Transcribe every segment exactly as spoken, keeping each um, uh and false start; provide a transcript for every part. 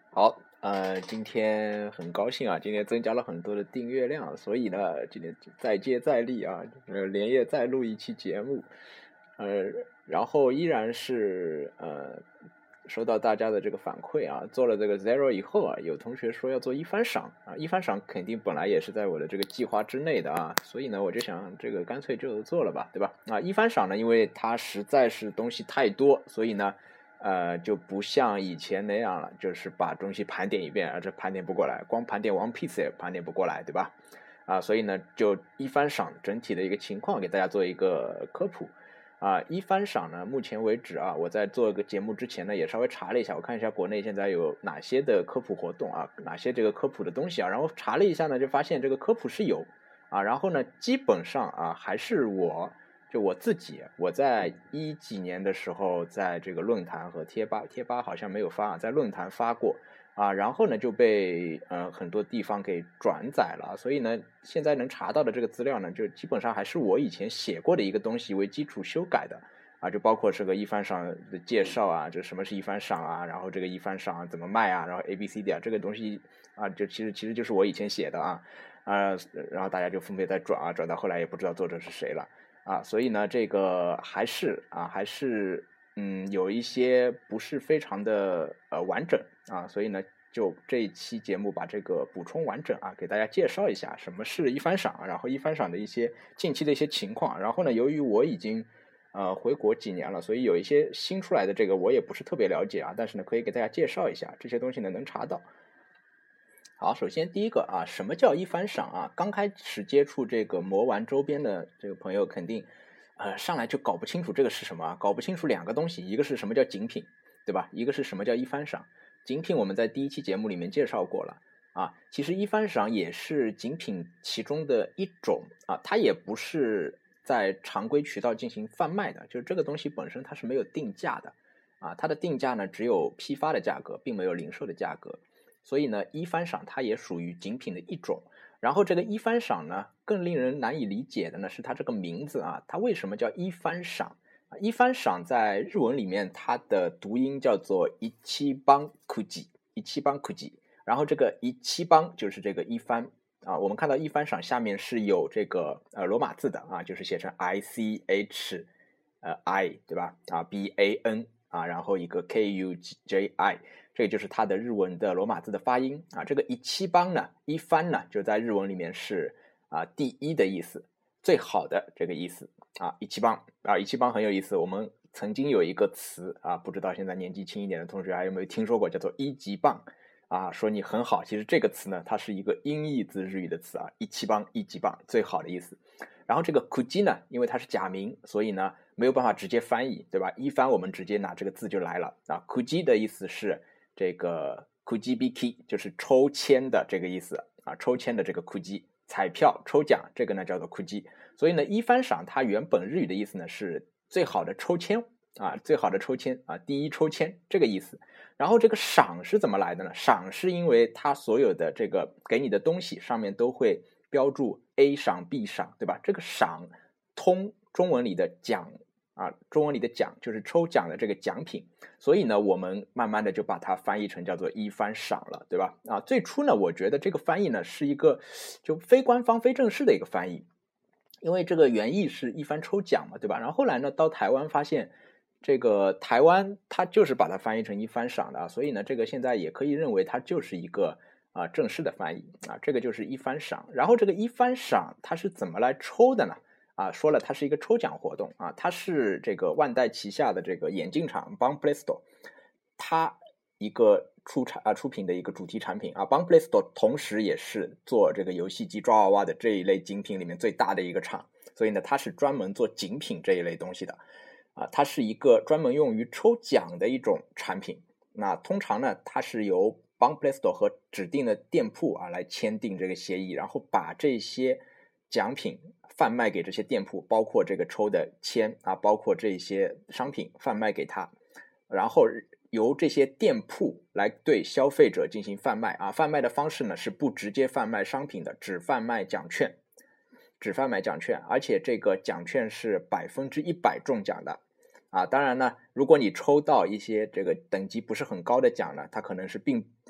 好，呃，今天很高兴啊，今天增加了很多的订阅量，所以呢，今天再接再厉啊，呃，连夜再录一期节目，呃，然后依然是呃，收到大家的这个反馈啊，做了这个 Zero 以后啊，有同学说要做一番赏啊，一番赏肯定本来也是在我的这个计划之内的啊，所以呢，我就想这个干脆就做了吧，对吧？啊，一番赏呢，因为它实在是东西太多，所以呢。呃，就不像以前那样了，就是把东西盘点一遍，而这盘点不过来，光盘点 One Piece 也盘点不过来，对吧？啊，所以呢，就一番赏整体的一个情况给大家做一个科普。啊，一番赏呢，目前为止啊，我在做一个节目之前呢，也稍微查了一下，我看一下国内现在有哪些的科普活动啊，哪些这个科普的东西啊，然后查了一下呢，就发现这个科普是有啊，然后呢，基本上啊，还是我。就我自己，我在一几年的时候，在这个论坛和贴吧，贴吧好像没有发，在论坛发过啊，然后呢就被呃很多地方给转载了，所以呢现在能查到的这个资料呢，就基本上还是我以前写过的一个东西为基础修改的啊，就包括这个一番赏的介绍啊，就什么是一番赏啊，然后这个一番赏怎么卖啊，然后 A B C D 啊这个东西啊，就其实其实就是我以前写的啊啊，然后大家就分别在转啊，转到后来也不知道作者是谁了。啊，所以呢，这个还是啊，还是嗯，有一些不是非常的呃完整啊，所以呢，就这一期节目把这个补充完整啊，给大家介绍一下什么是一番赏，然后一番赏的一些近期的一些情况。然后呢，由于我已经呃回国几年了，所以有一些新出来的这个我也不是特别了解啊，但是呢，可以给大家介绍一下这些东西呢，能查到。好，首先第一个啊，什么叫一番赏啊？刚开始接触这个魔丸周边的这个朋友肯定，呃，上来就搞不清楚这个是什么，搞不清楚两个东西，一个是什么叫精品，对吧？一个是什么叫一番赏？精品我们在第一期节目里面介绍过了啊，其实一番赏也是精品其中的一种啊，它也不是在常规渠道进行贩卖的，就是这个东西本身它是没有定价的啊，它的定价呢只有批发的价格，并没有零售的价格。所以呢，一番赏它也属于精品的一种。然后这个一番赏呢，更令人难以理解的呢是它这个名字啊，它为什么叫一番赏？一番赏在日文里面它的读音叫做一七邦库吉，一七邦库吉。然后这个一七邦就是这个一番啊，我们看到一番赏下面是有这个呃罗马字的啊，就是写成 I C H 呃 I 对吧？啊 B A N 啊，然后一个 K U J I。这个就是它的日文的罗马字的发音啊。这个一七邦呢，一番呢，就在日文里面是啊第一的意思，最好的这个意思啊。一七邦啊，一七邦很有意思。我们曾经有一个词啊，不知道现在年纪轻一点的同学还有没有听说过，叫做一级棒啊，说你很好。其实这个词呢，它是一个音译自日语的词啊，一七邦、一级棒，最好的意思。然后这个 Kuji 呢，因为它是假名，所以呢没有办法直接翻译，对吧？一番我们直接拿这个字就来了啊。Kuji 的意思是这个 Kujibiki 就是抽签的这个意思啊，抽签的这个 Kuji 彩票抽奖，这个呢叫做 Kuji。所以呢，一番赏它原本日语的意思呢是最好的抽签啊，最好的抽签啊，第一抽签这个意思。然后这个赏是怎么来的呢？赏是因为它所有的这个给你的东西上面都会标注 A 赏 B 赏，对吧？这个赏通中文里的奖啊，中文里的奖就是抽奖的这个奖品，所以呢，我们慢慢的就把它翻译成叫做一番赏了，对吧？啊，最初呢，我觉得这个翻译呢是一个就非官方、非正式的一个翻译，因为这个原意是一番抽奖嘛，对吧？然后后来呢，到台湾发现这个台湾它就是把它翻译成一番赏的，所以呢，这个现在也可以认为它就是一个啊正式的翻译啊，这个就是一番赏。然后这个一番赏它是怎么来抽的呢？啊，说了它是一个抽奖活动啊，它是这个万代旗下的这个眼镜厂 Banpresto，它一个出产啊出品的一个主题产品啊 Banpresto 同时也是做这个游戏机抓娃娃的这一类精品里面最大的一个厂，所以呢，它是专门做精品这一类东西的啊，它是一个专门用于抽奖的一种产品。那通常呢，它是由 Banpresto 和指定的店铺啊来签订这个协议，然后把这些奖品贩卖给这些店铺，包括这个抽的签啊，包括这些商品贩卖给他，然后由这些店铺来对消费者进行贩卖啊。贩卖的方式呢是不直接贩卖商品的，只贩卖奖券，只贩卖奖券，而且这个奖券是百分之一百中奖的啊。当然呢，如果你抽到一些这个等级不是很高的奖呢，它可能是并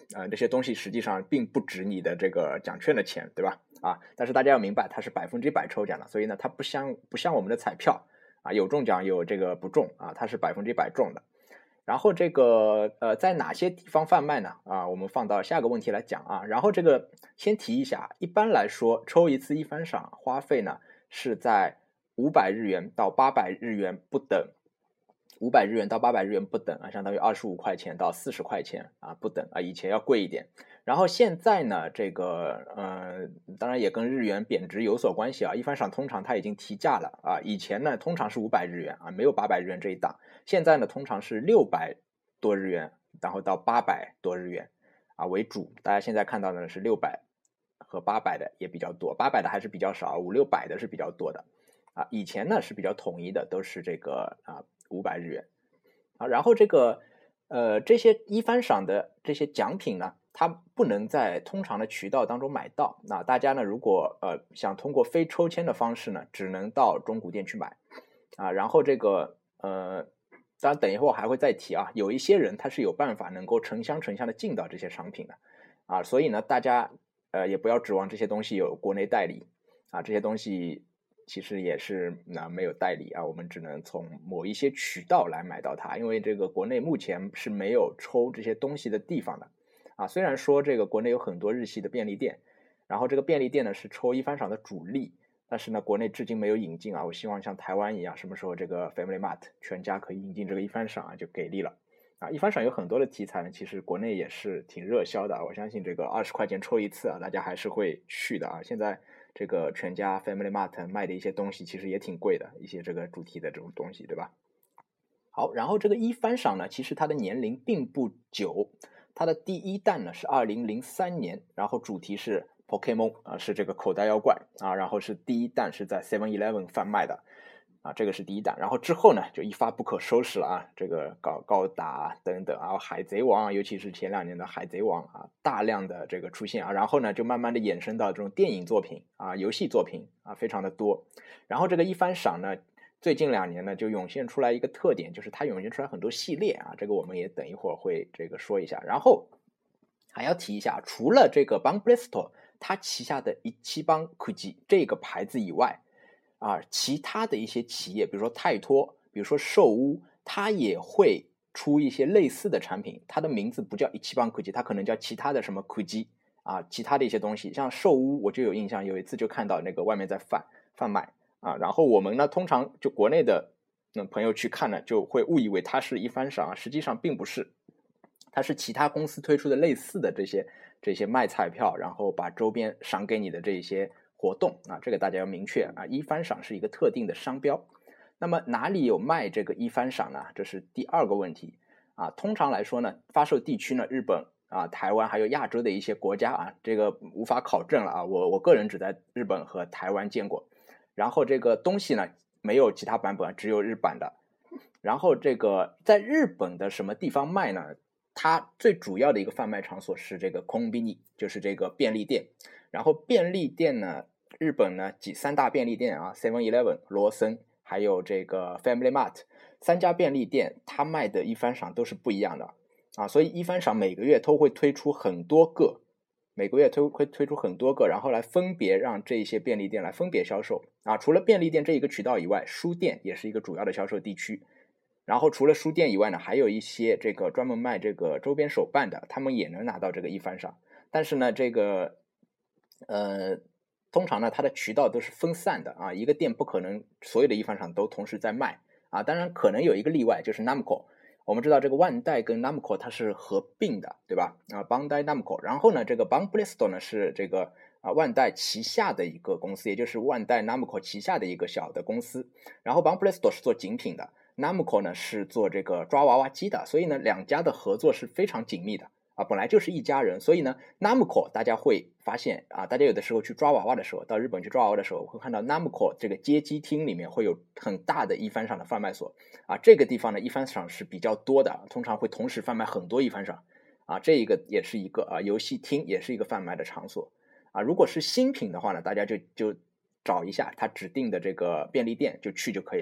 啊、呃，这些东西实际上并不值你的这个奖券的钱，对吧？啊，但是大家要明白，它是百分之百抽奖的，所以呢，它不像不像我们的彩票啊，有中奖有这个不中啊，它是百分之百中的。然后这个呃，在哪些地方贩卖呢？啊，我们放到下个问题来讲啊。然后这个先提一下，一般来说抽一次一番赏花费呢是在五百日元到八百日元不等。五百日元到八百日元不等啊，相当于二十五块钱到四十块钱啊不等啊，以前要贵一点。然后现在呢，这个呃，当然也跟日元贬值有所关系啊。一番赏通常它已经提价了啊，以前呢通常是五百日元啊，没有八百日元这一档。现在呢通常是六百多日元，然后到八百多日元啊为主。大家现在看到的是六百和八百的也比较多，八百的还是比较少，五六百的是比较多的啊。以前呢是比较统一的，都是这个啊。五百日元啊，然后这个呃这些一番赏的这些奖品呢，它不能在通常的渠道当中买到。那大家呢，如果呃想通过非抽签的方式呢，只能到中古店去买啊。然后这个呃，当然等一会儿我还会再提啊，有一些人他是有办法能够成箱成箱的进到这些商品的啊，所以呢，大家呃也不要指望这些东西有国内代理啊，这些东西。其实也是那、啊、没有代理啊，我们只能从某一些渠道来买到它，因为这个国内目前是没有抽这些东西的地方的啊。虽然说这个国内有很多日系的便利店，然后这个便利店呢是抽一番赏的主力，但是呢国内至今没有引进啊。我希望像台湾一样，什么时候这个 Family Mart 全家可以引进这个一番赏啊，就给力了啊。一番赏有很多的题材呢，其实国内也是挺热销的，我相信这个二十块钱抽一次啊，大家还是会去的啊。现在。这个全家 Family Mart 卖的一些东西其实也挺贵的，一些这个主题的这种东西，对吧？好，然后这个一番赏呢，其实它的年龄并不久，它的第一弹呢是二零零三年，然后主题是 Pokemon 啊，是这个口袋妖怪啊，然后是第一弹是在 seven eleven 贩卖的。啊，这个是第一弹，然后之后呢，就一发不可收拾了啊！这个高高达等等啊，海贼王，尤其是前两年的海贼王啊，大量的这个出现啊，然后呢，就慢慢的衍生到这种电影作品啊、游戏作品啊，非常的多。然后这个一番赏呢，最近两年呢，就涌现出来一个特点，就是它涌现出来很多系列啊，这个我们也等一会儿会这个说一下。然后还要提一下，除了这个 Banpresto 它旗下的一七邦 Kuji 这个牌子以外。啊，其他的一些企业，比如说泰托，比如说寿屋，它也会出一些类似的产品。它的名字不叫一七邦科技，它可能叫其他的什么科技啊，其他的一些东西。像寿屋，我就有印象，有一次就看到那个外面在贩贩卖啊。然后我们呢，通常就国内的那朋友去看呢，就会误以为它是一番赏，实际上并不是，它是其他公司推出的类似的这些这些卖彩票，然后把周边赏给你的这些。活动啊，这个大家要明确啊，一番赏是一个特定的商标。那么哪里有卖这个一番赏呢？这是第二个问题啊。通常来说呢，发售地区呢，日本啊、台湾还有亚洲的一些国家啊，这个无法考证了啊。我我个人只在日本和台湾见过。然后这个东西呢，没有其他版本，只有日版的。然后这个在日本的什么地方卖呢？它最主要的一个贩卖场所是这个 Konbini， 就是这个便利店。然后便利店呢，日本呢几三大便利店啊 ，seven eleven、罗森，还有这个 Family Mart 三家便利店，它卖的一番赏都是不一样的啊。所以一番赏每个月都会推出很多个，每个月推会推出很多个，然后来分别让这些便利店来分别销售啊。除了便利店这一个渠道以外，书店也是一个主要的销售地区。然后除了书店以外呢，还有一些这个专门卖这个周边手办的，他们也能拿到这个一番赏。但是呢，这个呃，通常呢，它的渠道都是分散的啊，一个店不可能所有的一番赏都同时在卖啊。当然，可能有一个例外，就是 Namco。我们知道这个万代跟 Namco 它是合并的，对吧？啊，Bandai Namco。然后呢，这个 Banpresto 呢是这个啊万代旗下的一个公司，也就是万代 Namco 旗下的一个小的公司。然后 Banpresto 是做精品的。Namco 呢是做这个抓娃娃机的，所以呢两家的合作是非常紧密的啊，本来就是一家人，所以呢 Namco 大家会发现啊，大家有的时候去抓娃娃的时候，到日本去抓娃娃的时候，会看到 Namco 这个街机厅里面会有很大的一番赏的贩卖所啊，这个地方呢一番赏是比较多的，通常会同时贩卖很多一番赏啊，这一个也是一个啊游戏厅也是一个贩卖的场所啊，如果是新品的话呢，大家就就找一下它指定的这个便利店就去就可以了。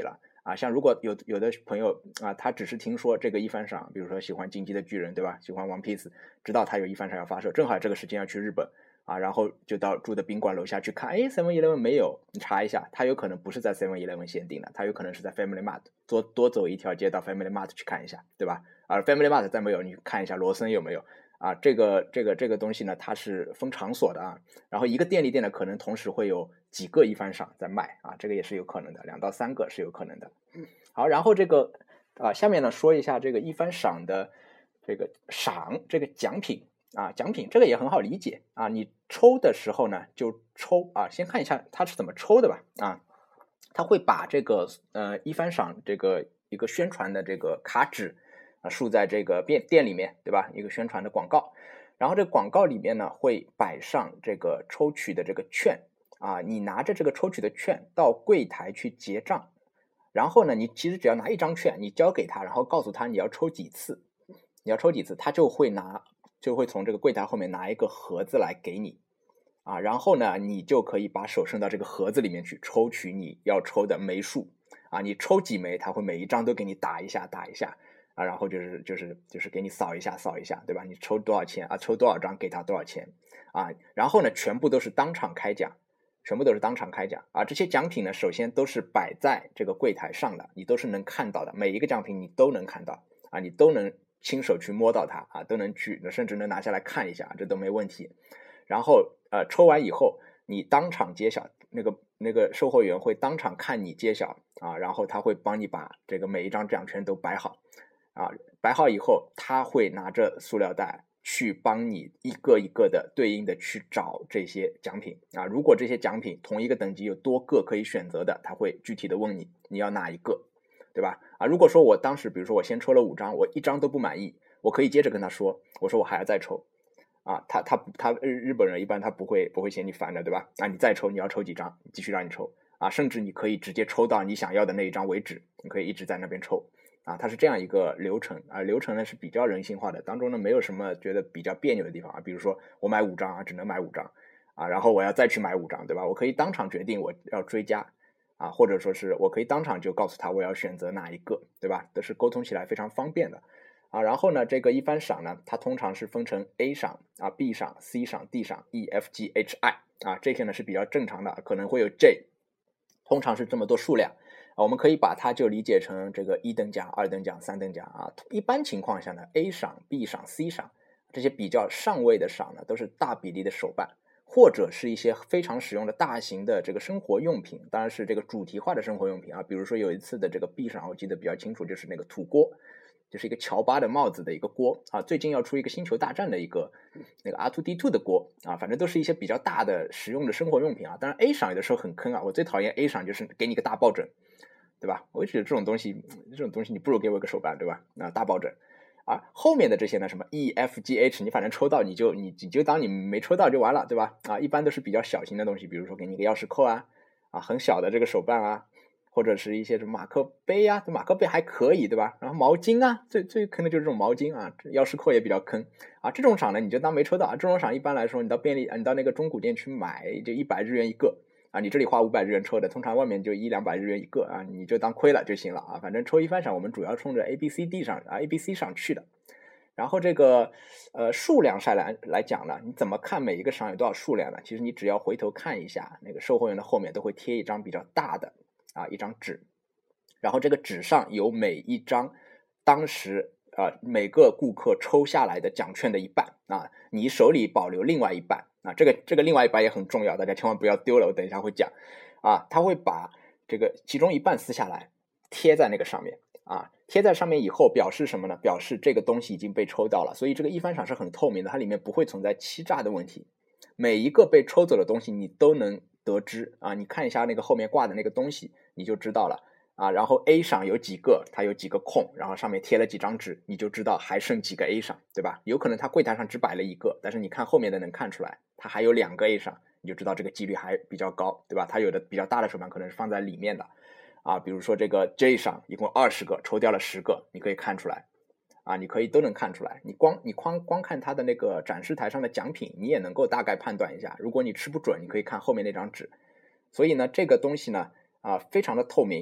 啊，像如果有有的朋友啊，他只是听说这个一番赏，比如说喜欢进击的巨人，对吧？喜欢 One Piece，知道他有一番赏要发售，正好这个时间要去日本啊，然后就到住的宾馆楼下去看，哎 ，seven eleven 没有，你查一下，他有可能不是在 seven eleven 限定的，他有可能是在 Family Mart，多多走一条街到 Family Mart 去看一下，对吧？而 Family Mart 再没有，你看一下罗森有没有。啊，这个这个这个东西呢，它是分场所的啊，然后一个便利店呢，可能同时会有几个一番赏在卖啊，这个也是有可能的，两到三个是有可能的。好，然后这个啊，下面呢说一下这个一番赏的这个赏这个奖品啊，奖品这个也很好理解啊，你抽的时候呢就抽啊，先看一下它是怎么抽的吧啊，他会把这个呃一番赏这个一个宣传的这个卡纸。啊，竖在这个店店里面，对吧？一个宣传的广告，然后这个广告里面呢会摆上这个抽取的这个券啊，你拿着这个抽取的券到柜台去结账，然后呢，你其实只要拿一张券，你交给他，然后告诉他你要抽几次，你要抽几次，他就会拿就会从这个柜台后面拿一个盒子来给你啊，然后呢，你就可以把手伸到这个盒子里面去抽取你要抽的枚数啊，你抽几枚，他会每一张都给你打一下打一下。啊，然后就是就是就是给你扫一下扫一下，对吧？你抽多少钱啊？抽多少张给他多少钱啊？然后呢，全部都是当场开奖，全部都是当场开奖啊！这些奖品呢，首先都是摆在这个柜台上的，你都是能看到的，每一个奖品你都能看到啊，你都能亲手去摸到它啊，都能去，甚至能拿下来看一下，这都没问题。然后呃，抽完以后，你当场揭晓，那个那个售货员会当场看你揭晓啊，然后他会帮你把这个每一张奖券都摆好。啊，摆好以后，他会拿着塑料袋去帮你一个一个的对应的去找这些奖品啊。如果这些奖品同一个等级有多个可以选择的，他会具体的问你你要哪一个，对吧？啊，如果说我当时比如说我先抽了五张，我一张都不满意，我可以接着跟他说，我说我还要再抽啊。他他他日日本人一般他不会不会嫌你烦的，对吧？啊，你再抽，你要抽几张，继续让你抽啊，甚至你可以直接抽到你想要的那一张为止，你可以一直在那边抽。啊，它是这样一个流程啊，流程呢是比较人性化的，当中呢没有什么觉得比较别扭的地方啊，比如说我买五张啊，只能买五张啊，然后我要再去买五张，对吧？我可以当场决定我要追加啊，或者说是我可以当场就告诉他我要选择哪一个，对吧？都是沟通起来非常方便的啊。然后呢，这个一番赏呢，它通常是分成 A 赏啊、B 赏、C 赏、D 赏、E、F、G、H、I 啊，这些呢是比较正常的，可能会有 J， 通常是这么多数量。我们可以把它就理解成这个一等奖、二等奖、三等奖啊。一般情况下呢 ，A 赏、B 赏、C 赏这些比较上位的赏呢，都是大比例的手办，或者是一些非常实用的大型的这个生活用品，当然是这个主题化的生活用品啊。比如说有一次的这个 B 赏，我记得比较清楚，就是那个土锅，就是一个乔巴的帽子的一个锅啊。最近要出一个星球大战的一个那个 R 二 D 二 的锅啊，反正都是一些比较大的实用的生活用品啊。当然 A 赏有的时候很坑啊，我最讨厌 A 赏就是给你个大抱枕。对吧？我觉得这种东西，这种东西你不如给我一个手办，对吧？啊，大抱枕，啊，后面的这些呢，什么 E、F、G、H， 你反正抽到你就你你就当你没抽到就完了，对吧？啊，一般都是比较小型的东西，比如说给你个钥匙扣啊，啊，很小的这个手办啊，或者是一些什么马克杯啊，这马克杯还可以，对吧？然后毛巾啊，最最坑的就是这种毛巾啊，钥匙扣也比较坑啊。这种赏呢，你就当没抽到啊。这种赏一般来说，你到便利，你到那个中古店去买，就一百日元一个。啊，你这里花五百日元抽的，通常外面就一两百日元一个啊，你就当亏了就行了啊。反正抽一番赏，我们主要冲着 A B C D 上啊 A B C 上去的。然后这个呃数量上来来讲呢，你怎么看每一个赏有多少数量呢？其实你只要回头看一下，那个售货员的后面都会贴一张比较大的啊一张纸，然后这个纸上有每一张当时啊、呃、每个顾客抽下来的奖券的一半啊，你手里保留另外一半。啊，这个这个另外一半也很重要，大家千万不要丢了，我等一下会讲啊。他会把这个其中一半撕下来贴在那个上面啊，贴在上面以后表示什么呢？表示这个东西已经被抽到了，所以这个一番赏是很透明的，它里面不会存在欺诈的问题。每一个被抽走的东西你都能得知啊，你看一下那个后面挂的那个东西你就知道了啊。然后 A 赏有几个，它有几个空，然后上面贴了几张纸，你就知道还剩几个 A 赏，对吧？有可能它柜台上只摆了一个，但是你看后面的能看出来它还有两个 A 赏，你就知道这个几率还比较高，对吧？它有的比较大的手办可能是放在里面的啊，比如说这个 J 赏一共二十个，抽掉了十个，你可以看出来啊，你可以都能看出来。你光你光光看它的那个展示台上的奖品，你也能够大概判断一下。如果你吃不准，你可以看后面那张纸。所以呢，这个东西呢啊，非常的透明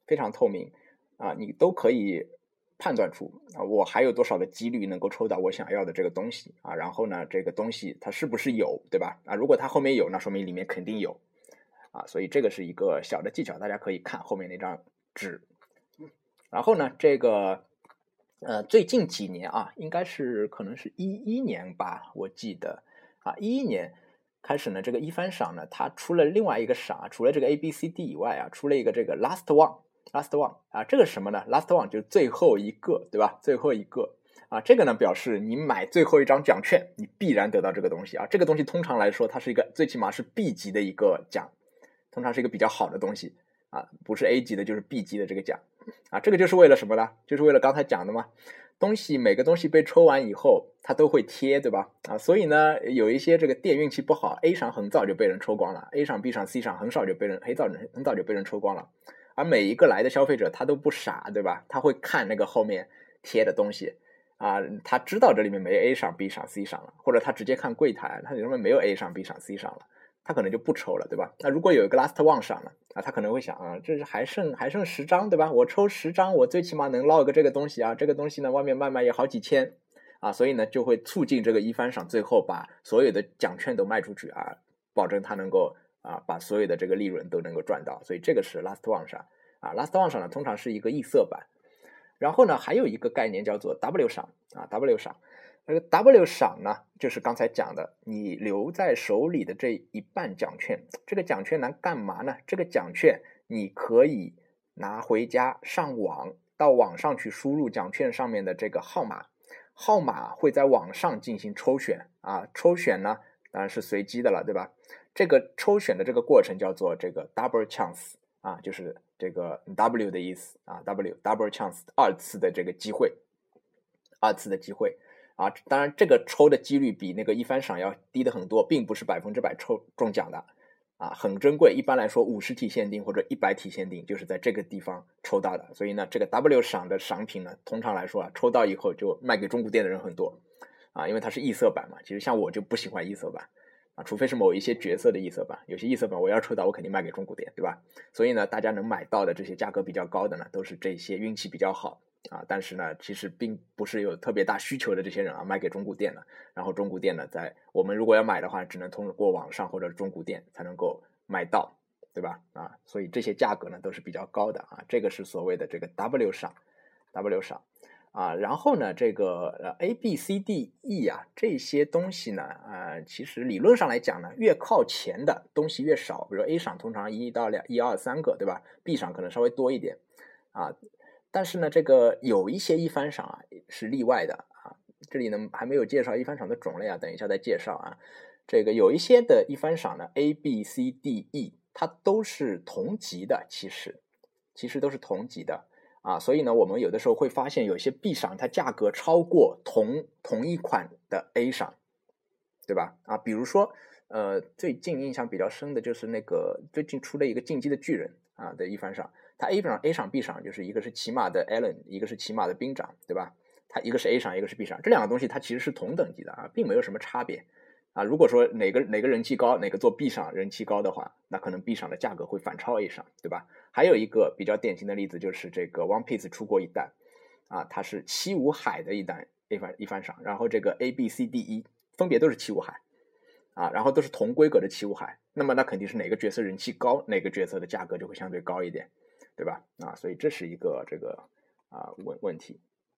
非常透明啊，你都可以判断出啊，我还有多少的几率能够抽到我想要的这个东西啊，然后呢，这个东西它是不是有，对吧？啊，如果它后面有，那说明里面肯定有啊，所以这个是一个小的技巧，大家可以看后面那张纸。然后呢，这个呃最近几年啊，应该是可能是一一年吧，我记得啊，一一年开始呢，这个一番赏呢，它出了另外一个赏，除了这个 A B C D 以外啊，出了一个这个 Last One。Last One 啊，这个什么呢 ？Last One 就是最后一个，对吧？最后一个啊，这个呢表示你买最后一张奖券，你必然得到这个东西啊。这个东西通常来说，它是一个最起码是 B 级的一个奖，通常是一个比较好的东西啊，不是 A 级的，就是 B 级的这个奖啊。这个就是为了什么呢？就是为了刚才讲的嘛，东西每个东西被抽完以后，它都会贴，对吧？啊，所以呢，有一些这个店运气不好 ，A 赏很早就被人抽光了 ，A 赏、B 赏、C 赏很少就被人很早很早就被人抽光了。而每一个来的消费者他都不傻，对吧？他会看那个后面贴的东西啊，他知道这里面没 A 赏、B 赏、C 赏了，或者他直接看柜台，他认为没有 A 赏、B 赏、C 赏了，他可能就不抽了，对吧？那如果有一个 Last One 赏了啊，他可能会想啊，这是还剩还剩十张，对吧？我抽十张，我最起码能捞一个这个东西啊，这个东西呢外面卖卖也好几千啊，所以呢就会促进这个一番赏最后把所有的奖券都卖出去啊，保证他能够啊，把所有的这个利润都能够赚到，所以这个是 Last One 赏啊 ，Last One 赏呢通常是一个异色版，然后呢还有一个概念叫做 W 赏啊 ，W 赏，这个 W 赏呢就是刚才讲的，你留在手里的这一半奖券，这个奖券能干嘛呢？这个奖券你可以拿回家上网，到网上去输入奖券上面的这个号码，号码会在网上进行抽选啊，抽选呢当然是随机的了，对吧？这个抽选的这个过程叫做这个 double chance 啊，就是这个 W 的意思啊 ，W double chance 二次的这个机会，二次的机会啊。当然，这个抽的几率比那个一番赏要低的很多，并不是百分之百抽中奖的啊，很珍贵。一般来说，五十题限定或者一百题限定就是在这个地方抽到的。所以呢，这个 W 赏的赏品呢，通常来说啊，抽到以后就卖给中古店的人很多啊，因为它是异色版嘛。其实像我就不喜欢异色版。啊，除非是某一些角色的异色版，有些异色版我要抽到，我肯定卖给中古店，对吧？所以呢，大家能买到的这些价格比较高的呢，都是这些运气比较好啊，但是呢，其实并不是有特别大需求的这些人啊，卖给中古店了。然后中古店呢，在我们如果要买的话，只能通过网上或者中古店才能够买到，对吧？啊，所以这些价格呢都是比较高的啊，这个是所谓的这个 W 赏 ，W 赏。啊，然后呢，这个呃 A B C D E 啊这些东西呢，啊、呃，其实理论上来讲呢，越靠前的东西越少。比如 A 赏通常一到两一二三个，对吧 ？B 赏可能稍微多一点啊。但是呢，这个有一些一番赏啊是例外的啊。这里呢还没有介绍一番赏的种类啊，等一下再介绍啊。这个有一些的一番赏呢 ，A B C D E 它都是同级的，其实其实都是同级的。啊，所以呢，我们有的时候会发现有些 B 赏它价格超过同同一款的 A 赏，对吧？啊，比如说，呃，最近印象比较深的就是那个最近出了一个进击的巨人啊的一番赏，它 A 赏 A 赏 B 赏就是一个是骑马的 Allen， 一个是骑马的兵长，对吧？它一个是 A 赏，一个是 B 赏，这两个东西它其实是同等级的啊，并没有什么差别。啊，如果说哪个哪个人气高，哪个做 B 赏人气高的话，那可能 B 赏的价格会反超 A 赏，对吧？还有一个比较典型的例子就是这个 One Piece 出过一弹，啊，它是七武海的一弹一番一番赏，然后这个 A B C D E 分别都是七武海，啊，然后都是同规格的七武海，那么那肯定是哪个角色人气高，哪个角色的价格就会相对高一点，对吧？啊，所以这是一个这个啊问问题，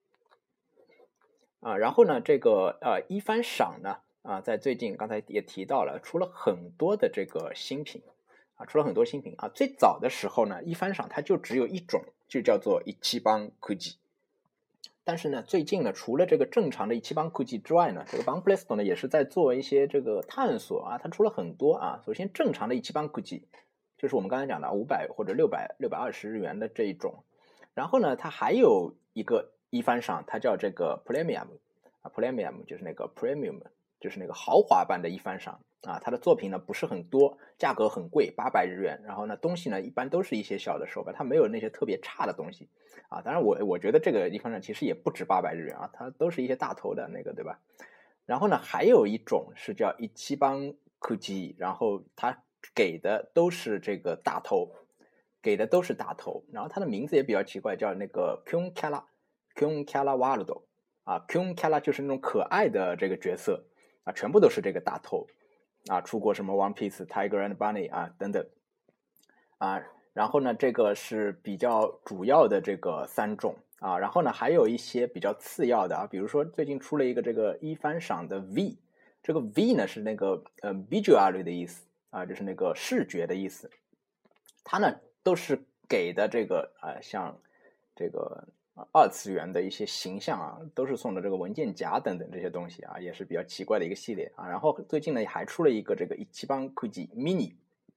啊，然后呢，这个呃一番赏呢。啊，在最近刚才也提到了，出了很多的这个新品啊，出了很多新品啊。最早的时候呢，一番赏它就只有一种，就叫做一七帮科技。但是呢，最近呢，除了这个正常的一七帮科技之外呢，这个 Banplastone 呢也是在做一些这个探索啊，它出了很多啊。首先，正常的一七帮科技，就是我们刚才讲的五百或者六百六百二十日元的这一种。然后呢，它还有一个一番赏，它叫这个 Premium 啊 ，Premium 就是那个 Premium。就是那个豪华版的一番赏啊，它的作品呢不是很多，价格很贵，八百日元。然后呢，东西呢一般都是一些小的手办，它没有那些特别差的东西啊。当然我我觉得这个一番赏其实也不止八百日元啊，它都是一些大头的那个，对吧？然后呢，还有一种是叫一七帮科技，然后它给的都是这个大头， 给的都是大头，然后它的名字也比较奇怪，叫那个 Kun Kala Kun Kala World 啊 Kun Kala 就是那种可爱的这个角色啊，全部都是这个大头啊，出过什么 One Piece、Tiger and Bunny 啊等等啊，然后呢，这个是比较主要的这个三种啊，然后呢还有一些比较次要的啊，比如说最近出了一个这个一番赏的 V， 这个 V 呢是那个呃 visual 的意思啊，就是那个视觉的意思，它呢都是给的这个啊、呃、像这个二次元的一些形象啊，都是送的这个文件夹等等这些东西啊，也是比较奇怪的一个系列啊。然后最近呢还出了一个这个一七班 Kuji mini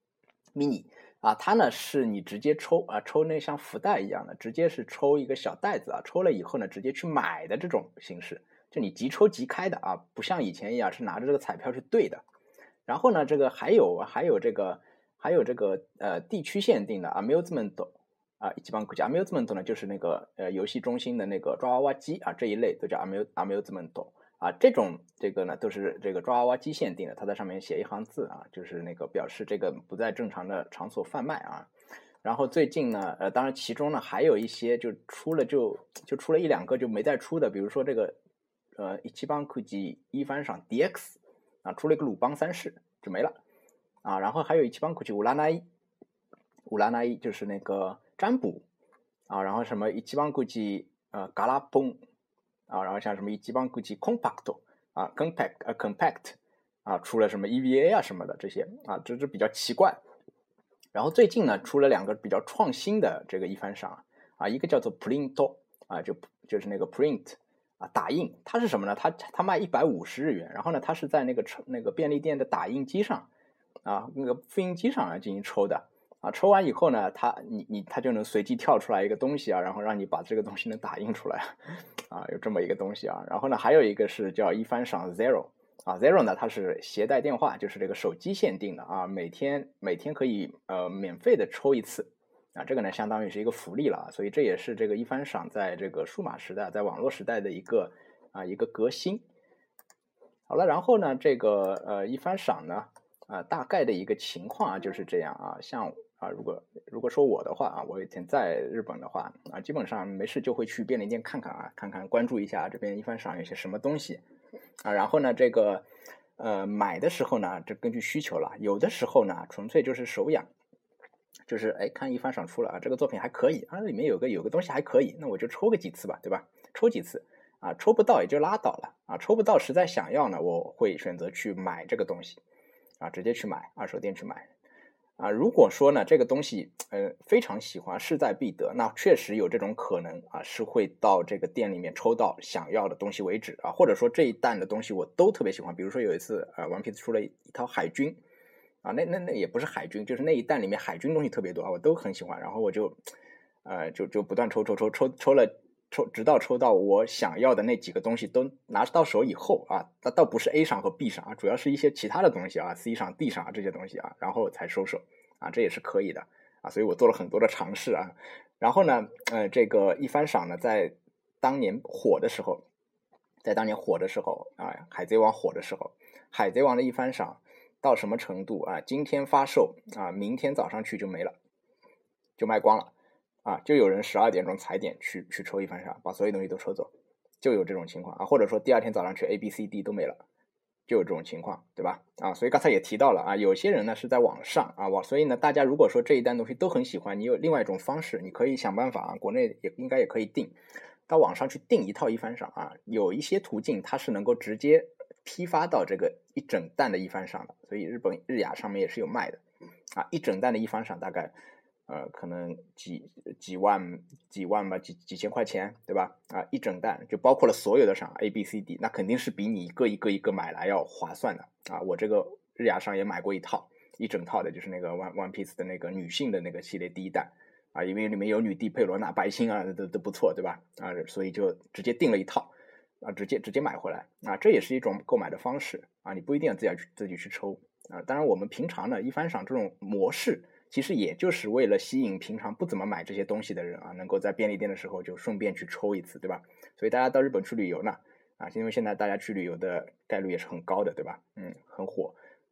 mini 啊，它呢是你直接抽啊，抽那像福袋一样的，直接是抽一个小袋子啊，抽了以后呢直接去买的这种形式，就你即抽即开的啊，不像以前一样是拿着这个彩票去兑的。然后呢，这个还有还有这个还有这个呃地区限定的 amusement 啊，一般估计 amusement 呢就是那个呃游戏中心的那个抓娃娃机啊，这一类都叫 amusement 啊，这种这个呢都是这个抓娃娃机限定的，它在上面写一行字啊，就是那个表示这个不在正常的场所贩卖啊。然后最近呢，呃，当然其中呢还有一些就出了就就出了一两个就没再出的，比如说这个呃一七帮估计一番赏 D X 啊，出了一个鲁邦三世就没了啊，然后还有一七帮估计乌拉那伊，乌拉那伊就是那个占卜啊，然后什么一七帮估计呃嘎拉崩。啊，然后像什么一基邦估计 compact 啊 compact 呃 compact 啊，出了什么 E V A 啊什么的这些啊，这是比较奇怪。然后最近呢，出了两个比较创新的这个一番赏啊，一个叫做 print 啊，就就是那个 print 啊打印，它是什么呢？它它卖一百五十日元，然后呢，它是在那个那个便利店的打印机上啊，那个复印机上来进行抽的。啊，抽完以后呢，它你你它就能随机跳出来一个东西啊，然后让你把这个东西能打印出来，啊，有这么一个东西啊。然后呢，还有一个是叫一番赏 Zero 啊 ，Zero 呢它是携带电话，就是这个手机限定的啊，每天每天可以呃免费的抽一次啊，这个呢相当于是一个福利了，所以这也是这个一番赏在这个数码时代，在网络时代的一个啊一个革新。好了，然后呢，这个呃一番赏呢啊大概的一个情况啊就是这样啊，像。啊，如果如果说我的话啊，我以前在日本的话啊，基本上没事就会去便利店看看啊，看看关注一下这边一番赏有些什么东西啊。然后呢，这个呃买的时候呢，这根据需求了，有的时候呢纯粹就是手痒，就是哎看一番赏出了啊，这个作品还可以啊，里面有个有个东西还可以，那我就抽个几次吧，对吧？抽几次啊，抽不到也就拉倒了啊，抽不到实在想要呢，我会选择去买这个东西啊，直接去买二手店去买。啊，如果说呢这个东西呃非常喜欢，势在必得，那确实有这种可能啊，是会到这个店里面抽到想要的东西为止啊，或者说这一弹的东西我都特别喜欢，比如说有一次呃 One Piece 出了一套海军啊，那那那也不是海军，就是那一弹里面海军东西特别多啊，我都很喜欢，然后我就呃就就不断抽抽抽抽抽了。抽直到抽到我想要的那几个东西都拿到手以后啊，它倒不是 A 赏和 B 赏啊，主要是一些其他的东西啊 ，C 赏、D 赏啊这些东西啊，然后才收手啊，这也是可以的啊，所以我做了很多的尝试啊。然后呢，呃，这个一番赏呢，在当年火的时候，在当年火的时候啊，海贼王火的时候，海贼王的一番赏到什么程度啊？今天发售啊，明天早上去就没了，就卖光了。啊，就有人十二点钟踩点去去抽一番赏，把所有东西都抽走，就有这种情况啊，或者说第二天早上去 A B C D 都没了，就有这种情况，对吧？啊，所以刚才也提到了啊，有些人呢是在网上啊，网，所以呢，大家如果说这一单东西都很喜欢，你有另外一种方式，你可以想办法啊，国内也应该也可以订，到网上去订一套一番赏啊，有一些途径它是能够直接批发到这个一整弹的一番赏的，所以日本日雅上面也是有卖的啊，一整弹的一番赏大概。呃，可能几几万几万吧，几几千块钱，对吧？啊，一整弹就包括了所有的赏 A、B、C、D，那肯定是比你一个一个一个买来要划算的啊！我这个日亚上也买过一套，一整套的，就是那个 One One Piece 的那个女性的那个系列第一弹啊，因为里面有女帝佩罗娜、白星啊，都都不错，对吧？啊，所以就直接订了一套啊，直接直接买回来啊，这也是一种购买的方式啊，你不一定要自己去自己去抽啊。当然，我们平常呢一番赏这种模式。其实也就是为了吸引平常不怎么买这些东西的人啊，能够在便利店的时候就顺便去抽一次，对吧？所以大家到日本去旅游呢，啊，因为现在大家去旅游的概率也是很高的，对吧？嗯，很火，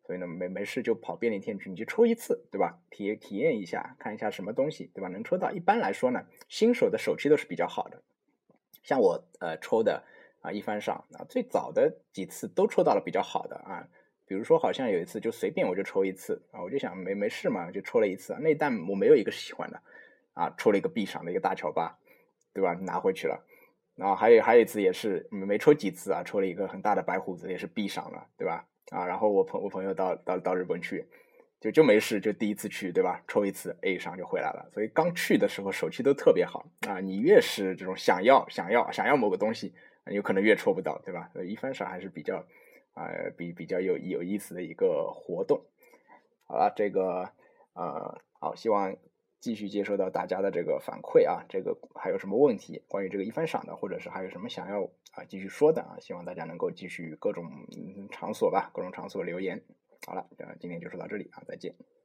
所以呢没没事就跑便利店去，你就抽一次，对吧？体体验一下，看一下什么东西，对吧？能抽到。一般来说呢，新手的手气都是比较好的。像我呃抽的啊一番赏啊，最早的几次都抽到了比较好的啊。比如说好像有一次就随便我就抽一次啊，我就想没没事嘛，就抽了一次。那一弹我没有一个喜欢的啊，抽了一个必赏的一个大乔巴，对吧？拿回去了。然后还有还有一次也是没抽几次啊，抽了一个很大的白胡子，也是必赏了，对吧？啊，然后我朋我朋友到到到日本去，就就没事，就第一次去，对吧？抽一次 A 赏就回来了。所以刚去的时候手气都特别好啊，你越是这种想要想要想要某个东西，有可能越抽不到，对吧？所以一番赏还是比较啊、呃、比比较有有意思的一个活动。好了，这个呃好，希望继续接收到大家的这个反馈啊，这个还有什么问题关于这个一番赏的，或者是还有什么想要啊继续说的啊，希望大家能够继续各种场所吧，各种场所留言。好了，今天就说到这里啊，再见。